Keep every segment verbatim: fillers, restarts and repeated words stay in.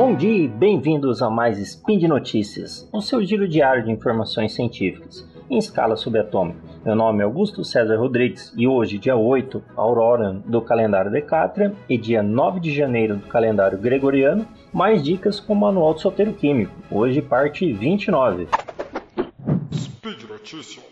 Bom dia e bem-vindos a mais Spin de Notícias, o seu giro diário de informações científicas, em escala subatômica. Meu nome é Augusto César Rodrigues e hoje, dia oito, Aurora do calendário Decátria e dia nove de janeiro do calendário Gregoriano, mais dicas com o Manual do Solteiro Químico, hoje parte vinte e nove. Speed Notícias.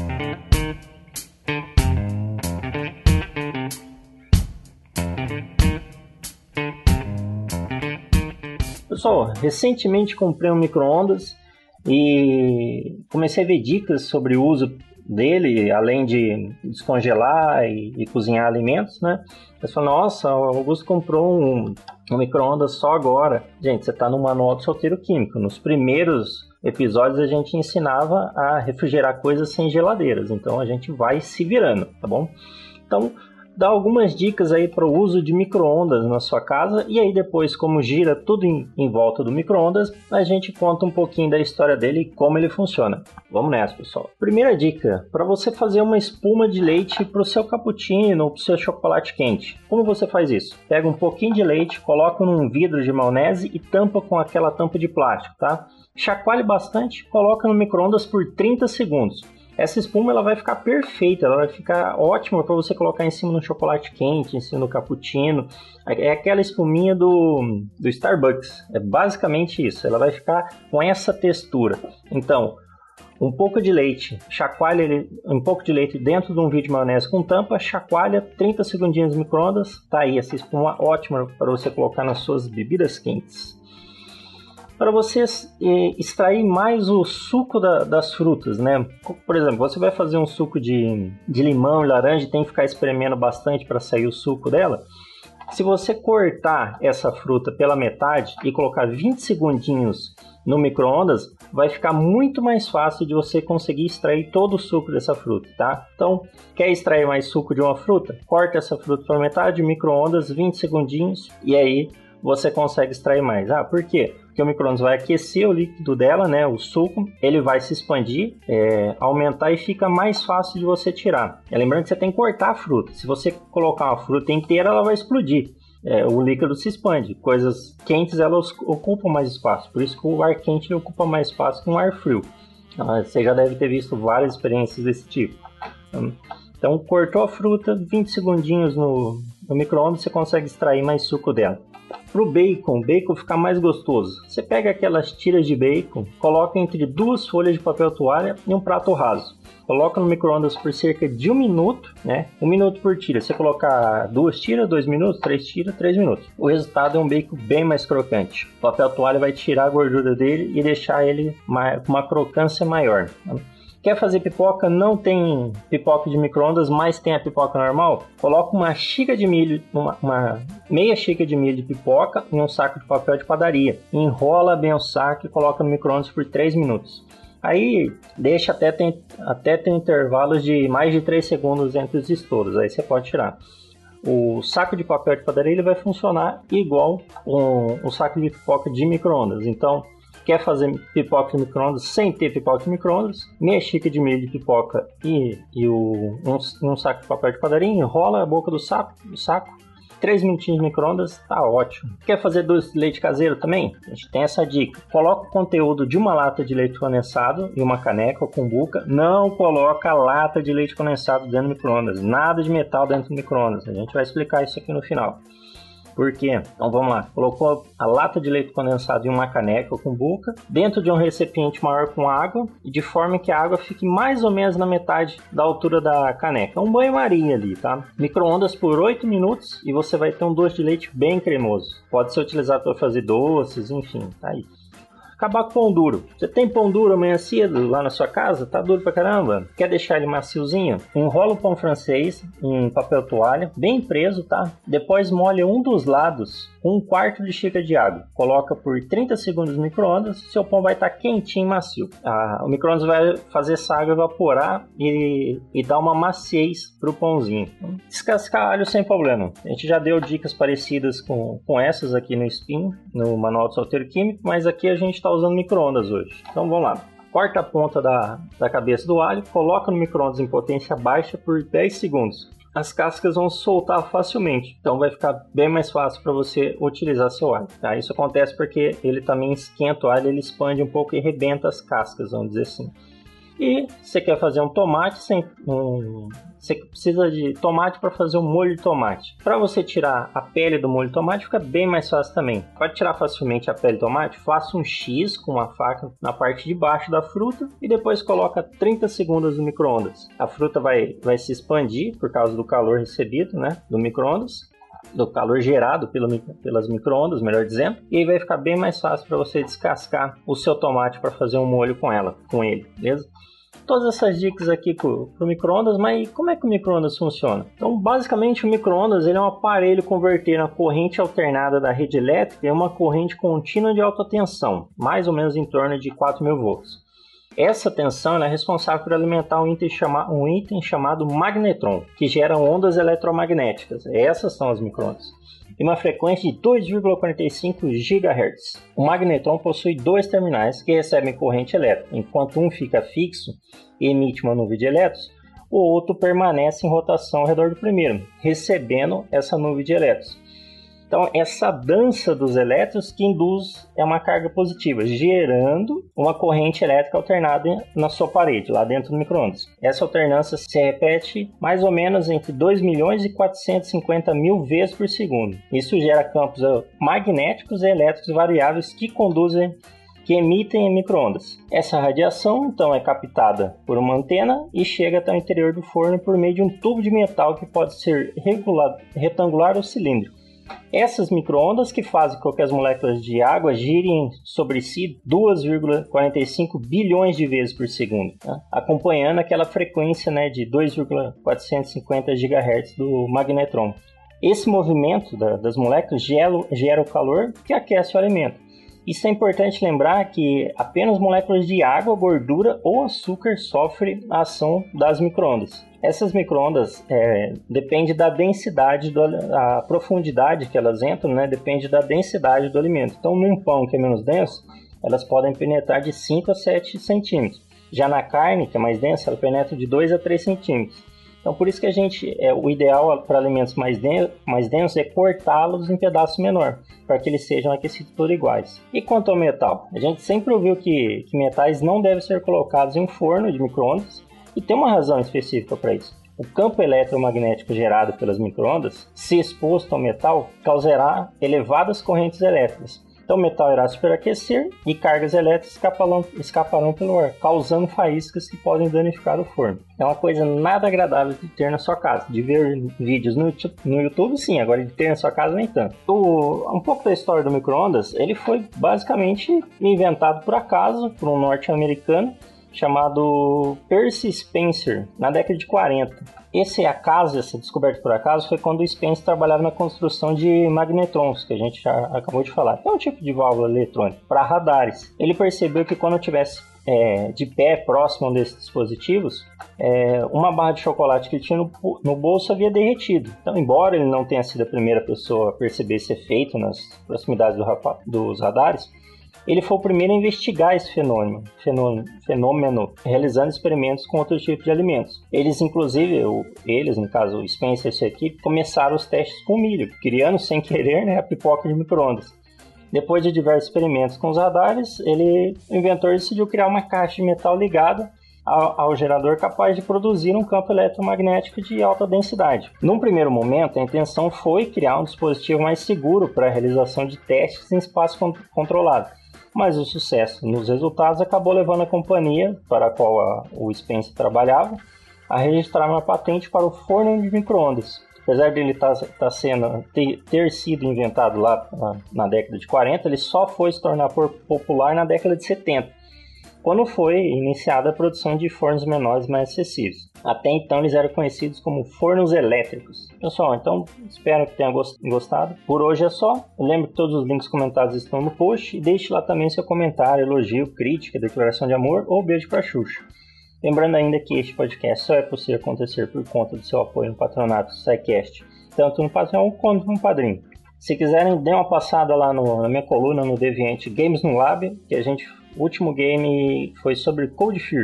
Pessoal, recentemente comprei um micro-ondas e comecei a ver dicas sobre o uso dele, além de descongelar e, e cozinhar alimentos, né? Eu falei, nossa, o Augusto comprou um, um micro-ondas só agora. Gente, você está no Manual do Solteiro Químico. Nos primeiros episódios a gente ensinava a refrigerar coisas sem geladeiras, então a gente vai se virando, tá bom? Então, dá algumas dicas aí para o uso de micro-ondas na sua casa e aí depois, como gira tudo em, em volta do micro-ondas, a gente conta um pouquinho da história dele e como ele funciona. Vamos nessa, pessoal. Primeira dica, para você fazer uma espuma de leite para o seu cappuccino ou para o seu chocolate quente. Como você faz isso? Pega um pouquinho de leite, coloca num vidro de maionese e tampa com aquela tampa de plástico, tá? Chacoalhe bastante, coloca no micro-ondas por trinta segundos. Essa espuma ela vai ficar perfeita, ela vai ficar ótima para você colocar em cima do chocolate quente, em cima do cappuccino. É aquela espuminha do, do Starbucks, é basicamente isso, ela vai ficar com essa textura. Então, um pouco de leite, chacoalha ele, um pouco de leite dentro de um vidro de maionese com tampa, chacoalha trinta segundinhos no micro-ondas, tá aí essa espuma ótima para você colocar nas suas bebidas quentes. Para você eh, extrair mais o suco da, das frutas, né? Por exemplo, você vai fazer um suco de, de limão e laranja e tem que ficar espremendo bastante para sair o suco dela. Se você cortar essa fruta pela metade e colocar vinte segundinhos no micro-ondas, vai ficar muito mais fácil de você conseguir extrair todo o suco dessa fruta, tá? Então, quer extrair mais suco de uma fruta? Corta essa fruta pela metade, micro-ondas, vinte segundinhos e aí você consegue extrair mais. Ah, por quê? Porque o micro-ondas vai aquecer o líquido dela, né, o suco, ele vai se expandir, é, aumentar e fica mais fácil de você tirar. É, lembrando que você tem que cortar a fruta. Se você colocar uma fruta inteira, ela vai explodir. É, o líquido se expande. Coisas quentes, elas ocupam mais espaço. Por isso que o ar quente ele ocupa mais espaço que um ar frio. Ah, você já deve ter visto várias experiências desse tipo. Então, cortou a fruta, vinte segundinhos no, no micro-ondas, você consegue extrair mais suco dela. Para o bacon, o bacon ficar mais gostoso, você pega aquelas tiras de bacon, coloca entre duas folhas de papel toalha e um prato raso. Coloca no micro-ondas por cerca de um minuto, né? Um minuto por tira. Se você colocar duas tiras, dois minutos, três tiras, três minutos. O resultado é um bacon bem mais crocante. O papel toalha vai tirar a gordura dele e deixar ele com uma crocância maior. Quer fazer pipoca? Não tem pipoca de micro-ondas, mas tem a pipoca normal? Coloca uma xícara de milho, uma, uma meia xícara de milho de pipoca em um saco de papel de padaria. Enrola bem o saco e coloca no micro-ondas por três minutos. Aí deixa até ter, até ter intervalos de mais de três segundos entre os estouros, aí você pode tirar. O saco de papel de padaria ele vai funcionar igual um, um saco de pipoca de micro-ondas. Então, quer fazer pipoca de micro-ondas sem ter pipoca de micro-ondas? Meia xícara de milho de pipoca e, e o, um, um saco de papel de padaria, enrola a boca do saco, do saco três minutinhos de micro-ondas, tá ótimo. Quer fazer doce de leite caseiro também? A gente tem essa dica. Coloca o conteúdo de uma lata de leite condensado em uma caneca ou cumbuca. Não coloca a lata de leite condensado dentro do micro-ondas. Nada de metal dentro do micro-ondas. A gente vai explicar isso aqui no final. Por quê? Então vamos lá. Colocou a lata de leite condensado em uma caneca ou cumbuca, dentro de um recipiente maior com água, de forma que a água fique mais ou menos na metade da altura da caneca. Um banho-maria ali, tá? Micro-ondas por oito minutos e você vai ter um doce de leite bem cremoso. Pode ser utilizado para fazer doces, enfim, tá aí. Acabar com pão duro. Você tem pão duro amanhã cedo lá na sua casa? Tá duro pra caramba? Quer deixar ele maciozinho? Enrola o pão francês em papel toalha, bem preso, tá? Depois molha um dos lados com um quarto de xícara de água. Coloca por trinta segundos no micro-ondas, seu pão vai estar tá quentinho e macio. Ah, o micro-ondas vai fazer essa água evaporar e, e dar uma maciez pro pãozinho. Descascar alho sem problema. A gente já deu dicas parecidas com, com essas aqui no Spin, no Manual do Solteiro Químico, mas aqui a gente está usando micro-ondas hoje. Então vamos lá. Corta a ponta da, da cabeça do alho, coloca no micro-ondas em potência baixa por dez segundos. as cascas vão soltar facilmente. Então vai ficar bem mais fácil para você utilizar seu alho. Tá? Isso acontece porque ele também esquenta o alho, ele expande um pouco e rebenta as cascas, vamos dizer assim. E você quer fazer um tomate, sem, um, você precisa de tomate para fazer um molho de tomate. Para você tirar a pele do molho de tomate fica bem mais fácil também. Para tirar facilmente a pele de tomate, faça um X com uma faca na parte de baixo da fruta e depois coloca trinta segundos no micro-ondas. A fruta vai, vai se expandir por causa do calor recebido, né, do micro-ondas. Do calor gerado pelo, pelas micro-ondas, melhor dizendo, e aí vai ficar bem mais fácil para você descascar o seu tomate para fazer um molho com ela, com ele, beleza? Todas essas dicas aqui para o micro-ondas, mas como é que o micro-ondas funciona? Então, basicamente, o micro-ondas ele é um aparelho convertendo a corrente alternada da rede elétrica em uma corrente contínua de alta tensão, mais ou menos em torno de quatro mil volts. Essa tensão é responsável por alimentar um item, chama, um item chamado magnetron, que gera ondas eletromagnéticas. Essas são as micro-ondas. E uma frequência de dois vírgula quarenta e cinco gigahertz. O magnetron possui dois terminais que recebem corrente elétrica. Enquanto um fica fixo e emite uma nuvem de elétrons, o outro permanece em rotação ao redor do primeiro, recebendo essa nuvem de elétrons. Então, essa dança dos elétrons que induz é uma carga positiva, gerando uma corrente elétrica alternada na sua parede, lá dentro do micro-ondas. Essa alternância se repete mais ou menos entre dois milhões e quatrocentos e cinquenta mil vezes por segundo. Isso gera campos magnéticos e elétricos variáveis que conduzem, que emitem em micro-ondas. Essa radiação, então, é captada por uma antena e chega até o interior do forno por meio de um tubo de metal que pode ser regular, retangular ou cilíndrico. Essas micro-ondas que fazem com que as moléculas de água girem sobre si duas vírgula quarenta e cinco bilhões de vezes por segundo, né? Acompanhando aquela frequência, né, de dois vírgula quatrocentos e cinquenta gigahertz do magnetron. Esse movimento da, das moléculas gera, gera o calor que aquece o alimento. Isso é importante lembrar que apenas moléculas de água, gordura ou açúcar sofrem a ação das micro-ondas. Essas micro-ondas é, dependem da densidade, do, a profundidade que elas entram, né, depende da densidade do alimento. Então, num pão que é menos denso, elas podem penetrar de cinco a sete centímetros. Já na carne, que é mais densa, ela penetra de dois a três centímetros. Então, por isso que a gente, é, o ideal para alimentos mais, den mais densos é cortá-los em pedaços menores, para que eles sejam aquecidos por iguais. E quanto ao metal? A gente sempre ouviu que, que metais não devem ser colocados em um forno de micro-ondas, e tem uma razão específica para isso. O campo eletromagnético gerado pelas micro-ondas, se exposto ao metal, causará elevadas correntes elétricas. Então o metal irá superaquecer e cargas elétricas escaparão, escaparão pelo ar, causando faíscas que podem danificar o forno. É uma coisa nada agradável de ter na sua casa. De ver vídeos no YouTube, no YouTube sim, agora de ter na sua casa nem tanto. O, um pouco da história do micro-ondas, ele foi basicamente inventado por acaso por um norte-americano chamado Percy Spencer, na década de quarenta. Esse acaso, essa descoberta por acaso, foi quando o Spencer trabalhava na construção de magnetrons, que a gente já acabou de falar. É um tipo de válvula eletrônica para radares. Ele percebeu que quando tivesse é, de pé próximo a um desses dispositivos, é, uma barra de chocolate que ele tinha no, no bolso havia derretido. Então, embora ele não tenha sido a primeira pessoa a perceber esse efeito nas proximidades do, dos radares, ele foi o primeiro a investigar esse fenômeno, fenômeno, fenômeno, realizando experimentos com outro tipo de alimentos. Eles, inclusive, o, eles, no caso o Spencer e sua equipe, começaram os testes com milho, criando sem querer, né, a pipoca de micro-ondas. Depois de diversos experimentos com os radares, ele, o inventor decidiu criar uma caixa de metal ligada ao, ao gerador capaz de produzir um campo eletromagnético de alta densidade. Num primeiro momento, a intenção foi criar um dispositivo mais seguro para a realização de testes em espaço controlado. Mas o sucesso nos resultados acabou levando a companhia para a qual a, o Spencer trabalhava a registrar uma patente para o forno de micro-ondas. Apesar dele tá, tá sendo, ter, ter sido inventado lá na, na década de quarenta, ele só foi se tornar popular na década de setenta, quando foi iniciada a produção de fornos menores mais acessíveis. Até então eles eram conhecidos como fornos elétricos. Pessoal, então espero que tenha gostado. Por hoje é só. Lembre que todos os links comentados estão no post e deixe lá também seu comentário, elogio, crítica, declaração de amor ou beijo pra Xuxa. Lembrando ainda que este podcast só é possível acontecer por conta do seu apoio no patronato SciCast, tanto no Patreon quanto no Padrim. Se quiserem, dê uma passada lá no, na minha coluna no Deviante Games no Lab, que a gente, o último game foi sobre Cold Fear.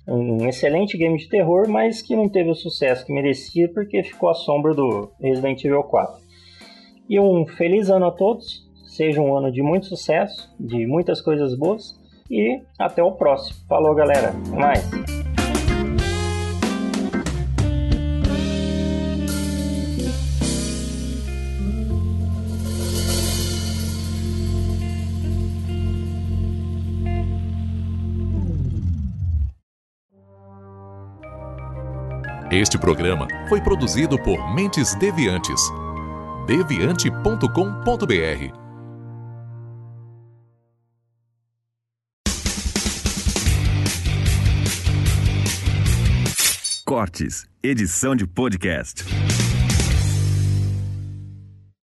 Um excelente game de terror, mas que não teve o sucesso que merecia porque ficou à sombra do Resident Evil quatro. E um feliz ano a todos, seja um ano de muito sucesso, de muitas coisas boas, e até o próximo. Falou, galera, até mais! Este programa foi produzido por Mentes Deviantes. deviante ponto com ponto b r. Cortes, edição de podcast.